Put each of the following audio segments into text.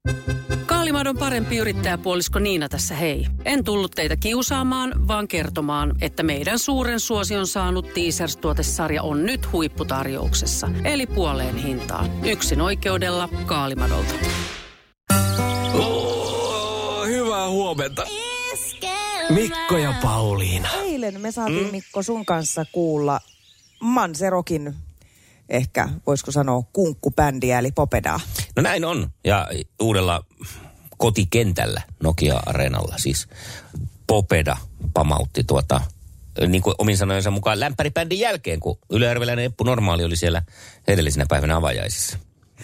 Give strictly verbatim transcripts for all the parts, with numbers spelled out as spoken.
Kaalimadon parempi yrittäjäpuolisko Niina tässä hei. En tullut teitä kiusaamaan, vaan kertomaan, että meidän suuren suosion saanut Teasers-tuotesarja on nyt huipputarjouksessa. Eli puoleen hintaan. Yksin oikeudella Kaalimadolta. Oh, hyvää huomenta. Mikko ja Pauliina. Eilen me saatiin, Mikko, sun kanssa kuulla Manserokin, ehkä voisiko sanoa kunkkubändiä, eli Popedaa. No näin on. Ja uudella kotikentällä Nokia-areenalla siis Popeda pamautti tuota, niin kuin omin sanojensa mukaan, lämpäribändin jälkeen, kun ylijärveläinen Eppu Normaali oli siellä edellisenä päivänä avajaisissa.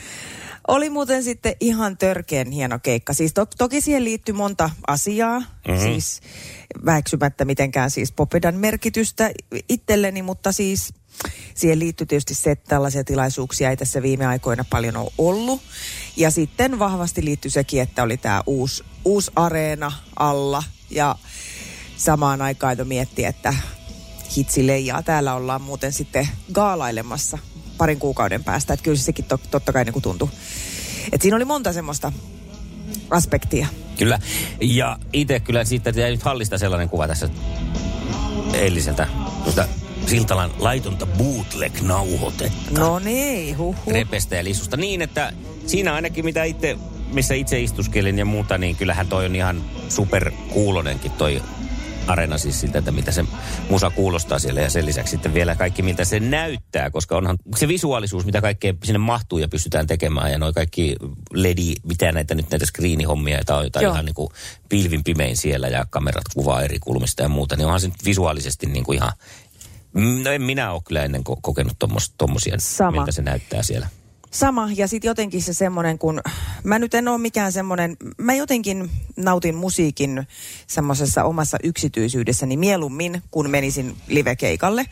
Oli muuten sitten ihan törkeän hieno keikka. Siis to- toki siihen liittyy monta asiaa, mm-hmm. siis väheksymättä mitenkään siis Popedan merkitystä itselleni, mutta siis siihen liittyy tietysti se, että tällaisia tilaisuuksia ei tässä viime aikoina paljon ole ollut. Ja sitten vahvasti liittyy sekin, että oli tämä uusi, uusi areena alla ja samaan aikaan jo miettii, että hitsi leijaa. Täällä ollaan muuten sitten gaalailemassa parin kuukauden päästä. Että kyllä se sekin to, totta kai niin kuin tuntui. Että siinä oli monta semmoista aspektia. Kyllä. Ja itse kyllä siitä jäi nyt hallista sellainen kuva tässä eiliseltä. Mutta Siltalan laitonta bootleg-nauhoitetta. No niin, huhhuh. Repestä ja lisusta. Niin, että siinä ainakin mitä itse, missä itse istuskelin ja muuta, niin kyllähän toi on ihan superkuulonenkin toi areena siis siltä, että mitä se musa kuulostaa siellä ja sen lisäksi sitten vielä kaikki, miltä se näyttää, koska onhan se visuaalisuus, mitä kaikkea sinne mahtuu ja pystytään tekemään ja noi kaikki L E D, mitä näitä nyt näitä screenihommia, tai jotain ihan niin kuin pilvin pimein siellä ja kamerat kuvaa eri kulmista ja muuta, niin onhan se nyt visuaalisesti niin kuin ihan, no en minä ole kyllä ennen kokenut tommosia, miltä se näyttää siellä. Sama, ja sitten jotenkin se semmoinen, kun mä nyt en ole mikään semmoinen, mä jotenkin nautin musiikin semmoisessa omassa yksityisyydessäni mieluummin, kun menisin livekeikalle.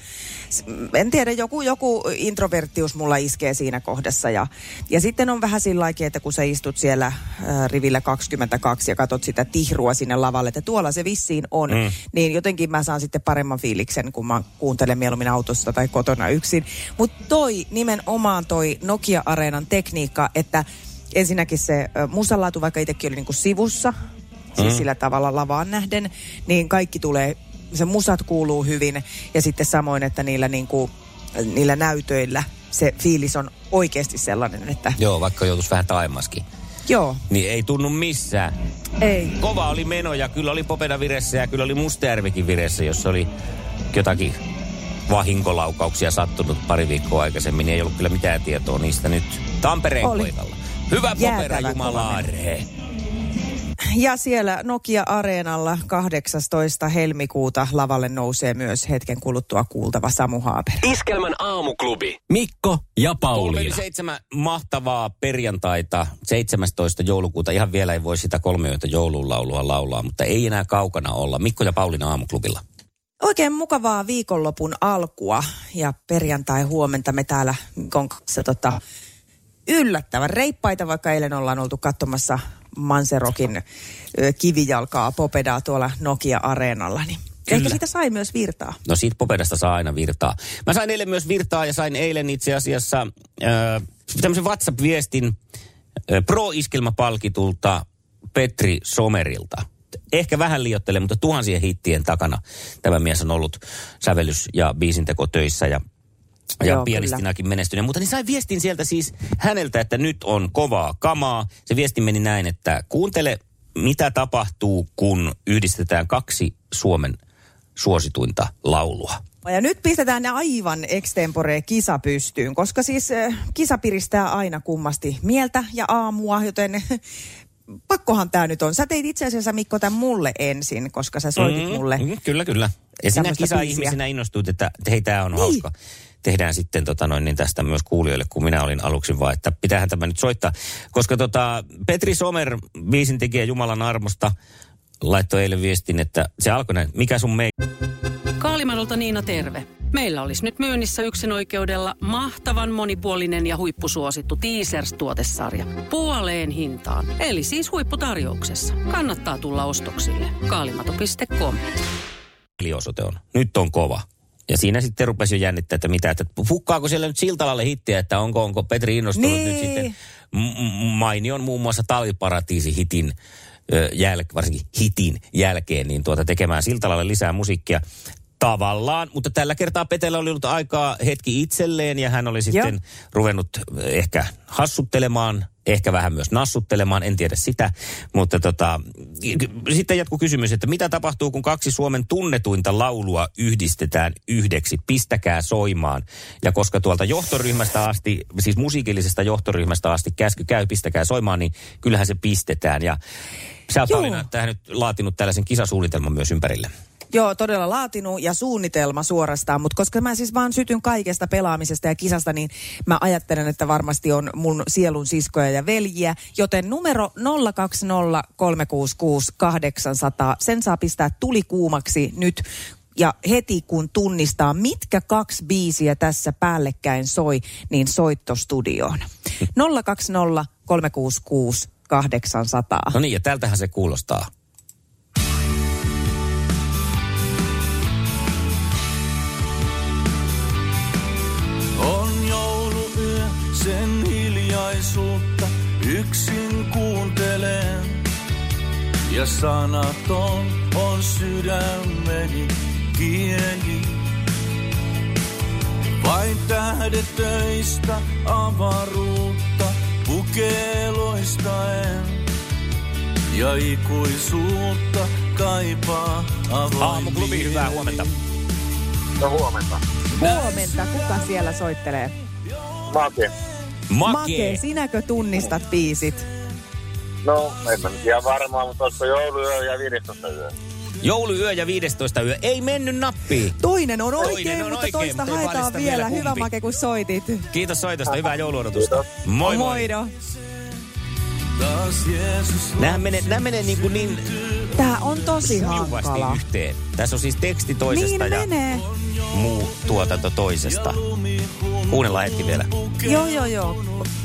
En tiedä, joku, joku introverttius mulla iskee siinä kohdassa, ja, ja sitten on vähän sillä lailla, että kun sä istut siellä äh, rivillä kaksikymmentäkaksi ja katot sitä tihrua sinne lavalle, että tuolla se vissiin on, mm. niin jotenkin mä saan sitten paremman fiiliksen, kun mä kuuntelen mieluummin autossa tai kotona yksin. Mutta toi nimenomaan toi Nokia Areenan tekniikka, että ensinnäkin se musanlaatu, vaikka itsekin oli niinku sivussa, siis mm. sillä tavalla lavaan nähden, niin kaikki tulee, se musat kuuluu hyvin ja sitten samoin, että niillä, niinku, niillä näytöillä se fiilis on oikeasti sellainen, että... Joo, vaikka joutuisi vähän taimaskin. Joo. Niin ei tunnu missään. Ei. Kova oli meno ja kyllä oli Popeda vireessä ja kyllä oli Mustajärvikin vireessä, jossa oli jotakin vahinkolaukauksia sattunut pari viikkoa aikaisemmin, niin ei ollut kyllä mitään tietoa niistä nyt Tampereen koikalla. Hyvä Popeda, jumalaaree. Ja siellä Nokia-areenalla kahdeksastoista helmikuuta lavalle nousee myös hetken kuluttua kuultava Samu Haaber. Iskelmän aamuklubi. Mikko ja Pauliina. seitsemän mahtavaa perjantaita, seitsemästoista joulukuuta. Ihan vielä ei voi sitä kolmioita joululaulua laulaa, mutta ei enää kaukana olla. Mikko ja Pauliina aamuklubilla. Oikein mukavaa viikonlopun alkua ja perjantai huomenta me täällä Mikon kanssa tota, yllättävän reippaita, vaikka eilen ollaan oltu katsomassa Manserokin ö, kivijalkaa Popedaa tuolla Nokia-areenalla. Niin ehkä siitä sai myös virtaa. No siitä Popedasta saa aina virtaa. Mä sain eilen myös virtaa ja sain eilen itse asiassa ö, tämmöisen WhatsApp-viestin ö, Pro-iskelmäpalkitulta Petri Somerilta. Ehkä vähän liioittelee, mutta tuhansien hittien takana tämä mies on ollut sävellys- ja biisintekotöissä ja, ja Joo, pianistinakin menestynyt. Mutta niin sai viestin sieltä siis häneltä, että nyt on kovaa kamaa. Se viesti meni näin, että kuuntele, mitä tapahtuu, kun yhdistetään kaksi Suomen suosituinta laulua. Ja nyt pistetään ne aivan extempore kisa pystyyn, koska siis äh, kisa piristää aina kummasti mieltä ja aamua, joten... Pakkohan tämä nyt on. Sä teit itse asiassa, Mikko, tämän mulle ensin, koska sä soitit mm, mulle. Mm, kyllä, kyllä. Ja sinä kisa-ihmisenä innostuit, että hei, tämä on niin hauska. Tehdään sitten tota noin, niin tästä myös kuulijoille, kun minä olin aluksi vaan, että pitäähän tämä nyt soittaa. Koska tota, Petri Somer, biisintekijä Jumalan armosta, laittoi eilen viestin, että se alkoi näin, mikä sun mei... Kaalimadolta Niina, terve. Meillä olisi nyt myynnissä yksinoikeudella mahtavan monipuolinen ja huippusuosittu Teasers-tuotesarja. Puoleen hintaan. Eli siis huipputarjouksessa. Kannattaa tulla ostoksille. Kaalimato piste com. Eli osoite on. Nyt on kova. Ja siinä sitten rupesi jo jännittää, että mitä, että hukkaako siellä nyt Siltalalle hittiä, että onko, onko Petri innostunut niin. nyt sitten m- mainion muun muassa Talviparatiisi-hitin, jäl- varsinkin hitin jälkeen, niin tuota tekemään Siltalalle lisää musiikkia. Tavallaan, mutta tällä kertaa Petellä oli ollut aikaa hetki itselleen ja hän oli sitten Joo. ruvennut ehkä hassuttelemaan, ehkä vähän myös nassuttelemaan, en tiedä sitä. Mutta tota, sitten jatkuu kysymys, että mitä tapahtuu, kun kaksi Suomen tunnetuinta laulua yhdistetään yhdeksi? Pistäkää soimaan. Ja koska tuolta johtoryhmästä asti, siis musiikillisesta johtoryhmästä asti käsky käy, pistäkää soimaan, niin kyllähän se pistetään. Ja sä oot Alina tähän nyt laatinut tällaisen kisasuunnitelman myös ympärille. Joo, todella laatinut ja suunnitelma suorastaan, mutta koska mä siis vaan sytyn kaikesta pelaamisesta ja kisasta, niin mä ajattelen, että varmasti on mun sielun siskoja ja veljiä, joten numero nolla kaksi nolla kolme kuusi kuusi kahdeksan nolla nolla, sen saa pistää tulikuumaksi nyt ja heti kun tunnistaa, mitkä kaksi biisiä tässä päällekkäin soi, niin soittostudioon. nolla kaksi nolla kolme kuusi kuusi kahdeksan nolla nolla. No niin, ja tältähän se kuulostaa. Sen hiljaisuutta yksin kuuntelen ja sanaton on sydämeni kieli. Vain tähdetöistä avaruutta pukeloistaen ja ikuisuutta kaipaa avoimia. Aamuklubi, hyvää huomenta. No huomenta. Huomenta, kuka siellä soittelee? Make. Make. Make, sinäkö tunnistat biisit? No, en mä nyt ihan varmaan, mutta olisiko jouluyö ja viidestoista yö? Jouluyö ja viidestoista yö. Ei mennyt nappiin. Toinen on oikein, Toinen on mutta oikein, toista mutta haetaan vielä. vielä Hyvä Make, kun soitit. Kiitos soitosta. Hyvää jouluodotusta. Kiitos. Moi moi. Moido. Nämä menee, nämä menee niin, kuin niin Tää on tosi sujuvasti hankala. yhteen. Tässä on siis teksti toisesta Niin ja menee. muu tuotanto toisesta. Kuunnellaan hetki vielä. Joo, joo, joo.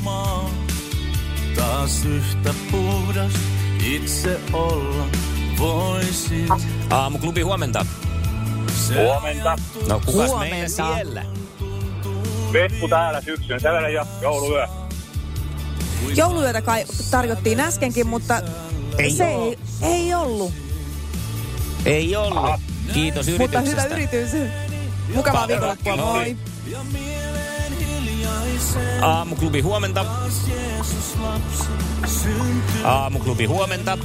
Taas yhtä puhdas itse olla voisit. Aamuklubi, huomenta. Huomenta. No kukas Huomenta. meidän siellä? Vespu täällä syksyn sävelen ja jouluyö. Jouluyötä kai tarjottiin äskenkin, mutta Ei se oo. ei, ei ollut. Ei ollut. Kiitos Mutta yrityksestä. hyvä yritys. Mukavaa viikonloppua, moi. Aamuklubi, huomenta. Aamuklubi, huomenta.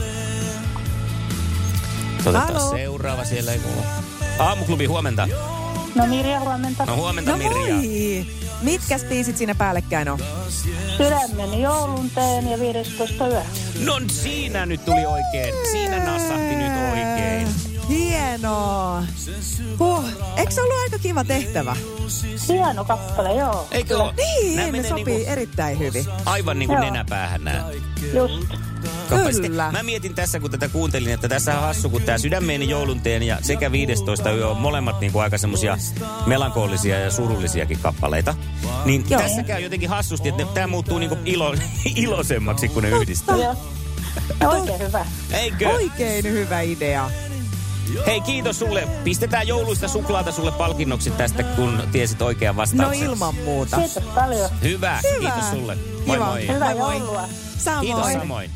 Otetaan Halo. seuraava siellä. Ei kuulu. Aamuklubi, huomenta. No Mirja, huomenta. No huomenta, No Mirja. moi. Mitkäs biisit siinä päällekkäin on? Sydämeni joulun teen ja viidestoista yö. No siinä nyt tuli oikein. Siinä nassahti nyt oikein. Hienoa. Huh. Eikö se ollut aika kiva tehtävä? Hieno kappale, joo. Eikö ole? Niin, Nää ne menee sopii niinku, erittäin hyvin. aivan niin kuin Joo. nenäpäähän nää. Just. Kappa sitten- Kyllä. Mä mietin tässä, kun tätä kuuntelin, että tässä on hassu, kun tää Sydämeeni joulunteen ja sekä viidestoista yö on molemmat niin kuin aika semmosia melankolisia ja surullisiakin kappaleita. Niin Joo. tässä käy jotenkin hassusti, että ne, tää muuttuu niin kuin ilo, iloisemmaksi, kun ne yhdistää. Joo. No, oikein hyvä. Eikö? Oikein hyvä idea. Hei, kiitos sulle. Pistetään jouluista suklaata sulle palkinnoksi tästä, kun tiesit oikean No vastauksen. ilman muuta. Kiitos paljon. Hyvä. Hyvä. Kiitos sulle. Moi Kiva. moi. Hyvää Moi moi. joulua. Samoin. Kiitos samoin.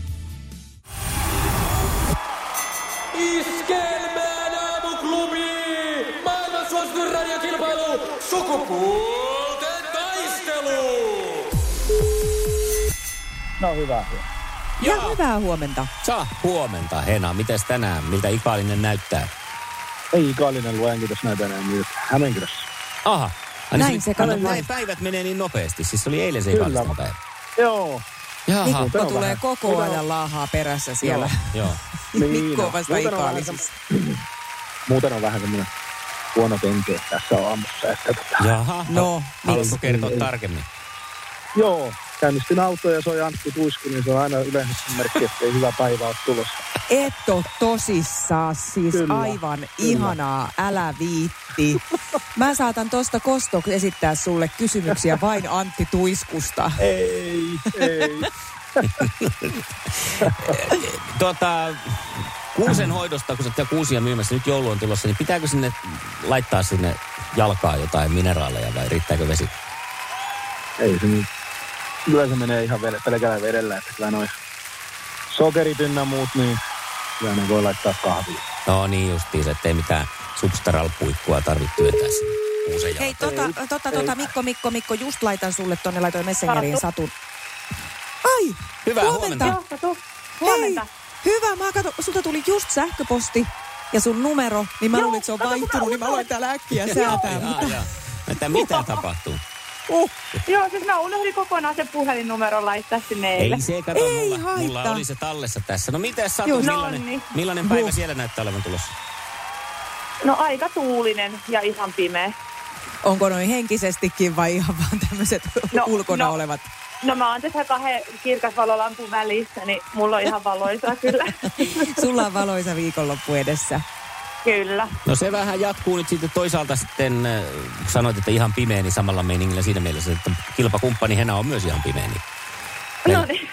Iskelmään aamuklubi! Maailman suosituin radiokilpailu! Sukupuolten taistelu! No hyvä. Ja Jaa. hyvää huomenta. Saa huomenta, Hena. Mites tänään? Miltä Ikalinen näyttää? Ei Ikallinen luen, kiitos näitä enää nyt Hämeenkyrössä. Aha. Ai, Näin niin se kato, kato. näin päivät menee niin nopeasti. Siis se oli eilen se Kyllä. Ikalisten päivä. Joo. Jaha. Mikko on tulee vähän. koko ajan laahaa perässä siellä. Joo. Mikko on no. vasta Muuten on vähän ikaalisissa. Muuten on vähän semmoinen huono kenkeä tässä aamussa. Että, tota, Jaha. No, Haluatko kertoa Ei. tarkemmin? joo, käynnistin autoa ja soi Antti Tuisku, niin se on aina yleensä se merkki, että ei hyvä päivä ole tulossa. et oo tosissaan, siis Kyllä, aivan kyllä. ihanaa, älä viitti. Mä saatan tosta kostoksi esittää sulle kysymyksiä vain Antti Tuiskusta. Ei, ei. Tuota, kuusen hoidosta, kun sä oot kuusia myymässä, nyt joulu on tulossa, niin pitääkö sinne laittaa sinne jalkaa jotain mineraaleja vai riittääkö vesi? Ei se niin. Kyllä se menee ihan pelkällä vedellä, että kyllä noin sokerit ynnä muut, niin kyllä ne voi laittaa kahvia. No niin justiinsa, ettei mitään substaral-puikkua tarvitse työntää sinne kuusen Hei, jalkaan. tota, tota, tota, Mikko, Mikko, Mikko, just laitan sulle tonne, laitoin Messengeriin Satun. Ai, Hyvää huomenta. huomenta. Joo, Satu. Huomenta. Hei, hyvä, mä katson, sulta tuli just sähköposti ja sun numero, niin mä luulin, että se on vaihtunut, niin mä aloin täällä äkkiä säätää. Jaa, jaa. Että mitä tapahtuu? Uh. Joo, siis mä unohdin kokonaan sen puhelinnumeron laittaa sinne eilen. Ei se, kato, Ei mulla, mulla haittaa. oli se tallessa tässä. No miten Satu, Joo, millainen, no niin. millainen päivä Huh. siellä näyttää olevan tulossa? No aika tuulinen ja ihan pimeä. Onko noin henkisestikin vai ihan vaan tämmöiset No, ulkona no. olevat? No mä oon tässä kahden kirkasvalolampun välissä, niin mulla on ihan valoisaa kyllä. Sulla on valoisa viikonloppu edessä. Kyllä. No se vähän jatkuu nyt sitten toisaalta sitten, äh, kun sanoit, että ihan pimeä, niin samalla meiningillä siinä mielessä, että kilpakumppani Henä on myös ihan pimeä. Niin No niin.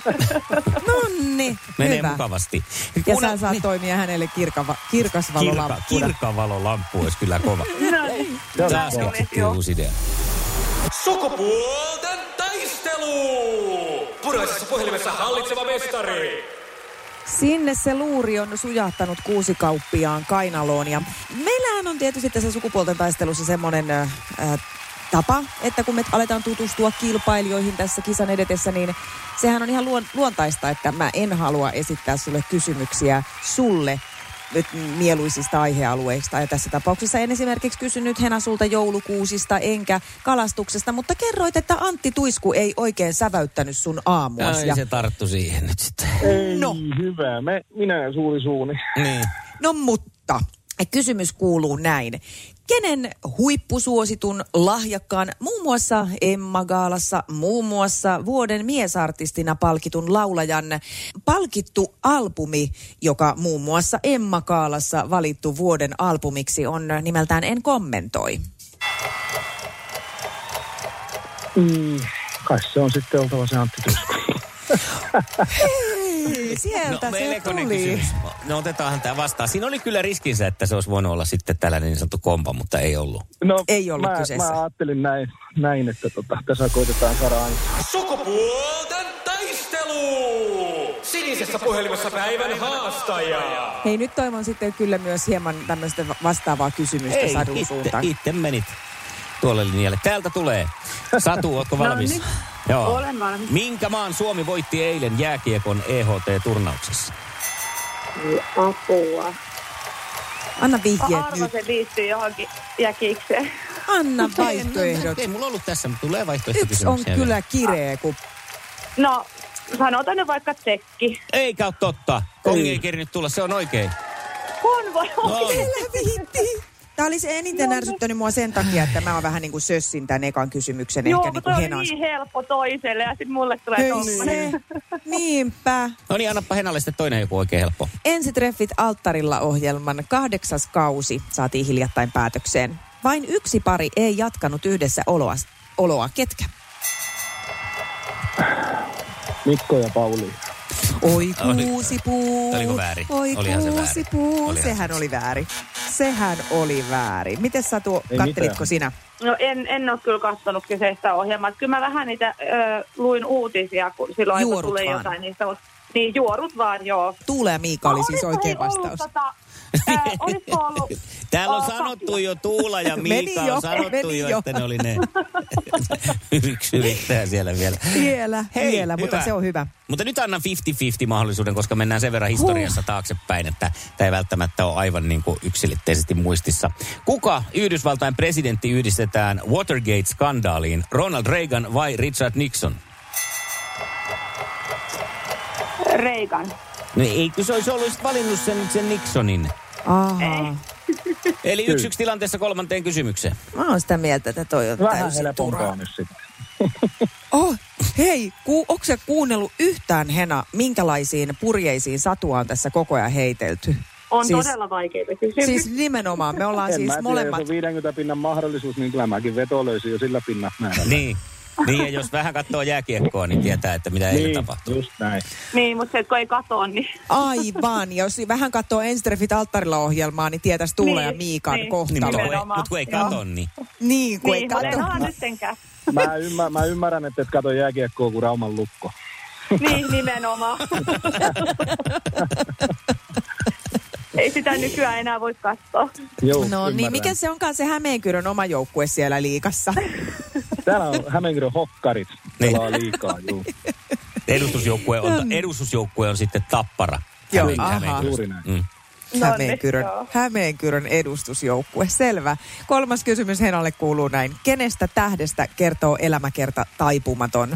Nonni, menee hyvä. mukavasti. Ja Kuunna- sä saat niin, toimia hänelle kirkava, kirka, kirkasvalolampuna. kirkavalolampu olisi kyllä kova. No niin. Taas oli, keksittiin joo. uusi idea. Sukupuolten taistelu! Puraisessa puhelimessa hallitseva mestari. Sinne se luuri on sujahtanut kuusikauppiaan kainaloon. Ja meillähän on tietysti tässä sukupuolten taistelussa semmoinen äh, tapa, että kun me aletaan tutustua kilpailijoihin tässä kisan edetessä, niin sehän on ihan luon, luontaista, että mä en halua esittää sulle kysymyksiä sulle nyt mieluisista aihealueista. Ja tässä tapauksessa en esimerkiksi kysynyt Hena sulta joulukuusista enkä kalastuksesta, mutta kerroit, että Antti Tuisku ei oikein säväyttänyt sun aamuas. Ai Ja se tarttu siihen nyt sitten. Ei, No. hyvä. Me, minä ja suuri suuni. Niin. No mutta, kysymys kuuluu näin. Kenen huippusuositun, lahjakkaan, muun muassa Emma Gaalassa, muun muassa vuoden miesartistina palkitun laulajan palkittu albumi, joka muun muassa Emma Gaalassa valittu vuoden albumiksi on nimeltään En kommentoi. Mm, kai se on sitten oltava se Antti Tuisku. Hei, sieltä No se melkoinen tuli. kysymys. No otetaanhan tämä vastaan. Siinä oli kyllä riskinsä, että se olisi voinut olla sitten tällainen niin sanottu kompa, mutta ei ollut. No, Ei ollut mä, kyseessä. Mä ajattelin näin, näin että tota, tässä koitetaan saada aina. Sukupuolten taistelu! Sinisessä puhelimessa päivän haastaja. Hei, nyt toivon sitten kyllä myös hieman tämmöistä vastaavaa kysymystä Ei, Sadun itse, suuntaan. itse menit tuolle linjalle. Täältä tulee. Satu, ootko valmis? niin. Joo. Olen valmis. Minkä maan Suomi voitti eilen jääkiekon E H T-turnauksessa? Apua. Anna vihjeet nyt. Arvasen liittyy johonkin jäkikseen. Anna vaihtoehdot. Ei mulla ollut tässä, mutta tulee Yksi on vaihtoehtokysymyksiä. kyllä kireä, kun No, sanotaan nyt vaikka tsekki. Eikä ole totta. Kongi ei kerinyt tulla, se on oikein. On voi No, viitti. Tämä oli se eniten ärsyttänyt mua sen takia, että mä oon vähän niin kuin sössin tämän ekan kysymyksen. Joo, ehkä kun niin toi kuin oli Henas. niin helppo toiselle ja sitten mulle tulee Hei tommonen. se. Niinpä. no niin, annappa Henalle sitten toinen joku oikein helppo. Ensitreffit alttarilla -ohjelman kahdeksas kausi saatiin hiljattain päätökseen. Vain yksi pari ei jatkanut yhdessä oloa. oloa. Ketkä? Mikko ja Pauli. Oi Oli- kuusipuu. oliko väärin? Oi Olihan se väärin. kuusipuu. Olihan Sehän se. oli väärin. Sehän oli väärin. Miten Satu, Ei kattelitko mitään. sinä? No en, en ole kyllä katsonut kyseistä ohjelmaa. Kyllä mä vähän niitä ö, luin uutisia, kun silloin kun Juorut tuli vaan. jotain niistä. Niin juorut vaan, joo. Tuule ja Miika oli siis Olisiko oikein ollut vastaus. Tota, ö, olisiko ollut... Täällä on ö, sanottu Tapio? jo Tuula ja Meni Miika jo, on sanottu meni jo, jo. että ne oli ne yksi yrittäjä siellä vielä. Vielä, Hei, vielä, mutta hyvä. se on hyvä. Mutta nyt annan viisikymmentä viisikymmentä mahdollisuuden, koska mennään sen verran historiassa huh. taaksepäin, että tämä ei välttämättä ole aivan niin kuin yksilitteisesti muistissa. Kuka Yhdysvaltain presidentti yhdistetään Watergate-skandaaliin? Ronald Reagan vai Richard Nixon? Reagan. No eikö se olisi ollut valinnut sen, sen Nixonin? Aha. Eli yksi yksi tilanteessa kolmanteen kysymykseen. Mä oon sitä mieltä, että toi on Vähän täysin helpompaa turhaa. nyt sitten. Oh, hei, ku, onko sä kuunnellut yhtään, Hena, minkälaisiin purjeisiin Satua on tässä koko ajan heitelty? On Siis- todella vaikeita kysymyksiä. Siis nimenomaan, me ollaan En siis mä tiedä, molemmat. jos on viidenkymmenen pinnan mahdollisuus, niin kyllä mäkin veto löysin jo sillä pinnan määrällä. Niin. Niin, ja jos vähän katsoo jääkiekkoa, niin tietää, että mitä eilen Niin, tapahtuu. just näin. Niin, mutta se, kun ei katso, niin... Aivan. Jos vähän katsoo Enstrefit alttarilla ohjelmaa, niin tietäisi Tuula Niin, ja Miikan niin. kohtalon. Niin, mutta kun ei, Nimenomaan. mut kun ei Joo. kato, niin... Niin, kun Niin, ei mutta en katso. ala nyttenkään. Mä, ymmär, mä ymmärrän, että et kato jääkiekkoa kuin Rauman Lukko. Niin, nimenomaan. Ei sitä nykyään enää voi katsoa. Joo, No ymmärrän. niin, mikä se onkaan se Hämeenkyrön oma joukkue siellä liigassa? Täällä on Hämeenkyrön hokkarit. Niin. Pelaa liikaa, juu. Edustusjoukkue on, edustusjoukkue on sitten Tappara. Joo, Hämeen- aha. Hämeenkyröstä. Juuri näin. Mm. Hämeenkyrön, joo. Hämeenkyrön edustusjoukkue. Selvä. Kolmas kysymys Henalle kuuluu näin. Kenestä tähdestä kertoo elämäkerta taipumaton?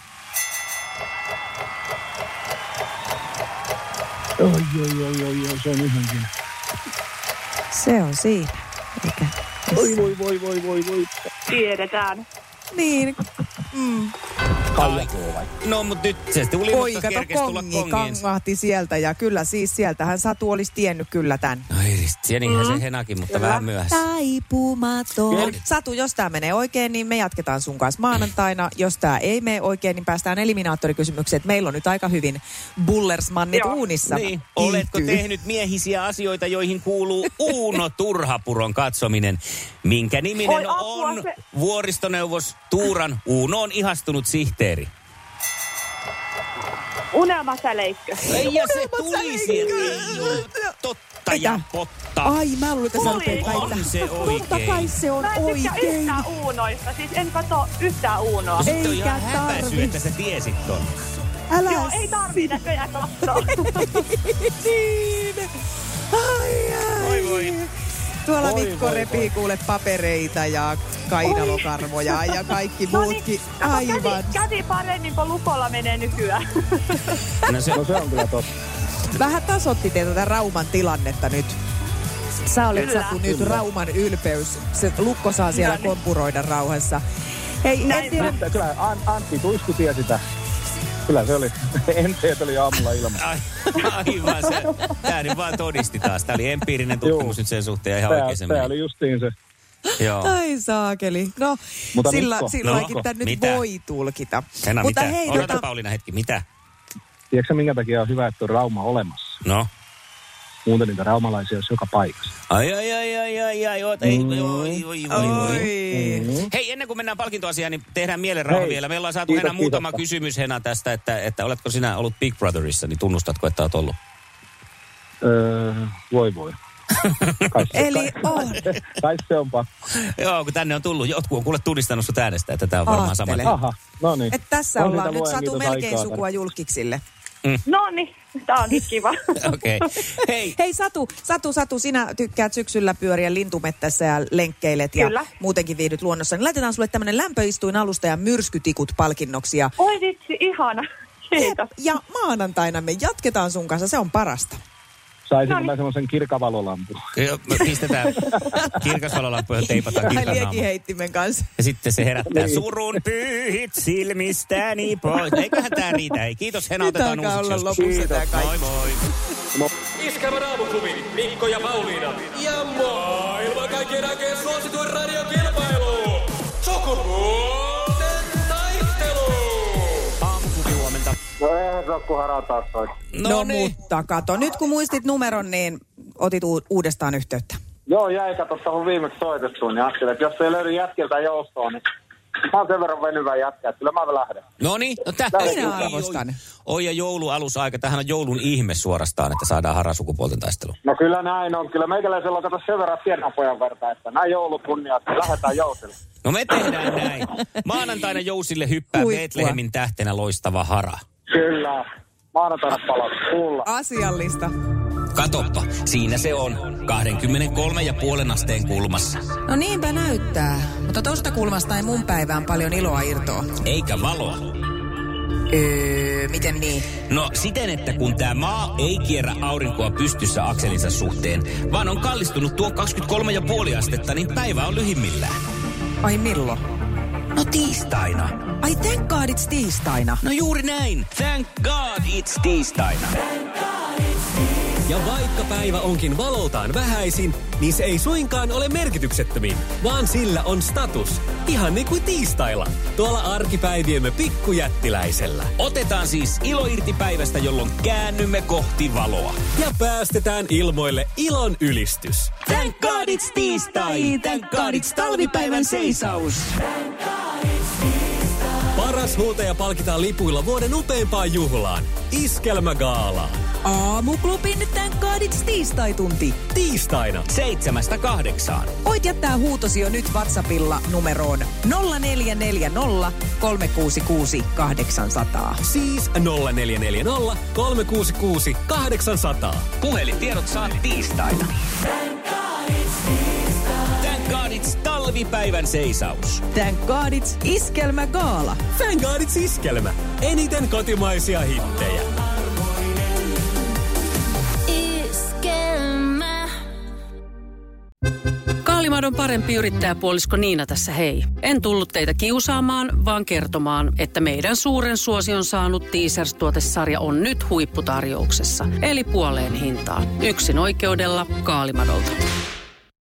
Oi, oi, oi, oi, oi, se on yhdenkin. Se on siinä. Eikä. Oi, voi, voi, voi, voi, voi. Tiedetään. Niin. Mm. Kaijakoo vai? No, mutta nyt se tuli, Oi, mutta kato, kerkesi tulla kongi kongiin. kangahti sieltä ja kyllä siis sieltähän Satu olisi tiennyt kyllä tämän. No ei, tienihän se Henakin, mutta vähän myöhässä. Taipumaton. Satu, jos tämä menee oikein, niin me jatketaan sun kanssa maanantaina. Jos tämä ei mene oikein, niin päästään eliminaattorikysymykseen. Meillä on nyt aika hyvin bullersmannit Joo. uunissa. Niin. Oletko Kiihtyy. tehnyt miehisiä asioita, joihin kuuluu Uuno Turhapuron katsominen? Minkä niminen Oi, apua, on se- vuoristoneuvos Tuuran Uunoon ihastunut sihteeri? Unelmasäleikkö. Ei, ja se tuli sieltä. Ei oo totta ja Mitä? potta. Ai, mä luulen, että sä Oli. rupeat On väittämään. se oikein. Totta kai se on Mä en tykkää oikein. yhtään uunoista. Siis en katso yhtään uunoa. Sitten on ihan Eikä häpäisy, tarvi. että sä tiesit ton. Älä Joo, ei tarvii näköjään katsoa. niin. Ai, ai. Voi voi. Tuolla Voi, Mikko voi, repii voi. kuule papereita ja kainalokarvoja ja kaikki No muutkin. niin, kato, Aivan. käsi, käsi paremmin kuin lukolla menee nykyään. No se, No se on kyllä totta. Vähän tasotti te tätä Rauman tilannetta nyt. Sä olet Kyllä. Satu nyt Kyllä. Rauman ylpeys. Se Lukko saa siellä No niin. kompuroida rauhassa. Hei, en Näin tiedä, Mutta kyllä An- Antti Tuisku tiesi sitä. Kyllä se oli. Enteet oli aamulla ilman. ai, aivan se. Tää nyt vaan todisti taas. Tää oli empiirinen tutkimus Juu. nyt sen suhteen ja ihan Tää, oikein se tää meni. oli justiin se. Joo. ai saakeli. No, Mutta sillä, Mikko, silloinkin no, tämän nyt mitä? voi tulkita. Henna, Mutta mitä? hei, Odota tota, Pauliina hetki, mitä? Tiedätkö minkä takia on hyvä, että on Rauma olemassa? No. Muuten niitä raumalaisia olisi joka paikassa. Ai, ai, ai, ai, ai, ai, oot, ei, Mm. oi, oi, oi, oi. oi. Mm. Hei, ennen kuin mennään palkintoasiaan, niin tehdään mielenrauha Hei. vielä. Me ollaan saatu Kiitos, Henna muutama kiitos. kysymys Henna tästä, että, että oletko sinä ollut Big Brotherissa, niin tunnustatko, että olet ollut? Öö, voi voi. Kai se, Eli kai, on. kai se on pakko. Joo, kun tänne on tullut, jotkut on kuule tunnistanut sut äänestä, että tämä on varmaan sama. Aattele. Aha, no niin. Et tässä On ollaan siitä nyt luen, Satu kiitos melkein aikaa. sukua julkiksille. No niin, tää on nyt kiva. Okei. Okay. Hei, Hei Satu, Satu, Satu, sinä tykkäät syksyllä pyöriä lintumettässä ja lenkkeilet ja Kyllä. muutenkin viihdyt luonnossa. Niin laitetaan sulle tämmönen lämpöistuinalusta ja myrskytikut palkinnoksi. Ja, Oi vitsi, ihana. Kiitos. ja maanantaina me jatketaan sun kanssa, se on parasta. Saisinko Noniin. mä semmoisen kirkavalolampu? jo, me pistetään kirkasvalolampu, johon teipataan Ai kirkan naama. liekiheittimen kanssa. Ja sitten se herättää Niin. surun pyyhit silmistäni pois. Eiköhän tää riitä. Hei, kiitos Henna, Nyt otetaan alkaa uusiksi olla joskus. lopussa tää kaikki. Moi moi. Iskävä raamuklubi, Mikko ja Pauliina. Ja maailman kaikkien aikeen suosituin radiokilpailu. Sukupuolten taistelu. Aamuklubi huomenta. No eihän se ole kun harataan toi. No, no mutta kato, nyt kun muistit numeron, niin otit u- uudestaan yhteyttä. Joo, jäi kato tuohon viimeksi soitettuun, niin ajattelin, että jos ei löydy jätkiltä joustoa, niin mä oon sen verran venyvä jätkä, että kyllä mä lähden. No niin, no tää. Minä arvostan. Oi ja joulualusaika. Tämähän on joulun ihme suorastaan, että saadaan hara sukupuolten taistelu. No kyllä näin on. Kyllä meikäläisellä on kato sen verran pienenpojan verta, että näin joulukunnia, että lähdetään jousille. No me tehdään näin. Maanantaina Jousille hyppää Huippua. Betlehemin tähtenä loistava hara. Kyllä. Maanantaina palat. Kuulla. Asiallista. Katoppa, siinä se on. kaksikymmentäkolme ja puolen asteen kulmassa. No niinpä näyttää, mutta tosta kulmasta ei mun päivään paljon iloa irtoa. Eikä valoa. Öö, miten niin? No siten, että kun tämä maa ei kierrä aurinkoa pystyssä akselinsa suhteen, vaan on kallistunut tuo kaksikymmentäkolme ja puoli astetta, niin päivä on lyhimmillään. Ai milloin? No tiistaina. Ai thank God it's tiistaina. No juuri näin. Thank God it's tiistaina. Ja vaikka päivä onkin valoltaan vähäisin, niin se ei suinkaan ole merkityksettömin, vaan sillä on status. Ihan niin kuin tiistailla, tuolla arkipäiviemme pikkujättiläisellä. Otetaan siis ilo irti päivästä, jolloin käännymme kohti valoa. Ja päästetään ilmoille ilon ylistys. Thank God it's tiistai! Thank God it's talvipäivän seisaus! Paras huutaja palkitaan lipuilla vuoden upeimpaan juhlaan. Iskelmägaalaan. Aamuklubin Thank God it's tiistai-tunti. Tiistaina. Seitsemästä kahdeksaan. Voit jättää huutosi jo nyt WhatsAppilla numeroon nolla neljä neljä nolla kolme kuusi kuusi kahdeksan nolla nolla. Siis nolla neljä neljä nolla kolme kuusi kuusi kahdeksan nolla nolla. Puhelintiedot saat tiistaina. Thank God it's talvipäivän seisaus. Thank God it's Iskelmägaala. Thank God it's Iskelmä. Eniten kotimaisia hittejä. Iskelmä. Kaalimadon parempi yrittäjäpuolisko Niina tässä hei. En tullut teitä kiusaamaan, vaan kertomaan, että meidän suuren suosion saanut Teasers-tuotesarja on nyt huipputarjouksessa. Eli puoleen hintaan. Yksin oikeudella Kaalimadolta.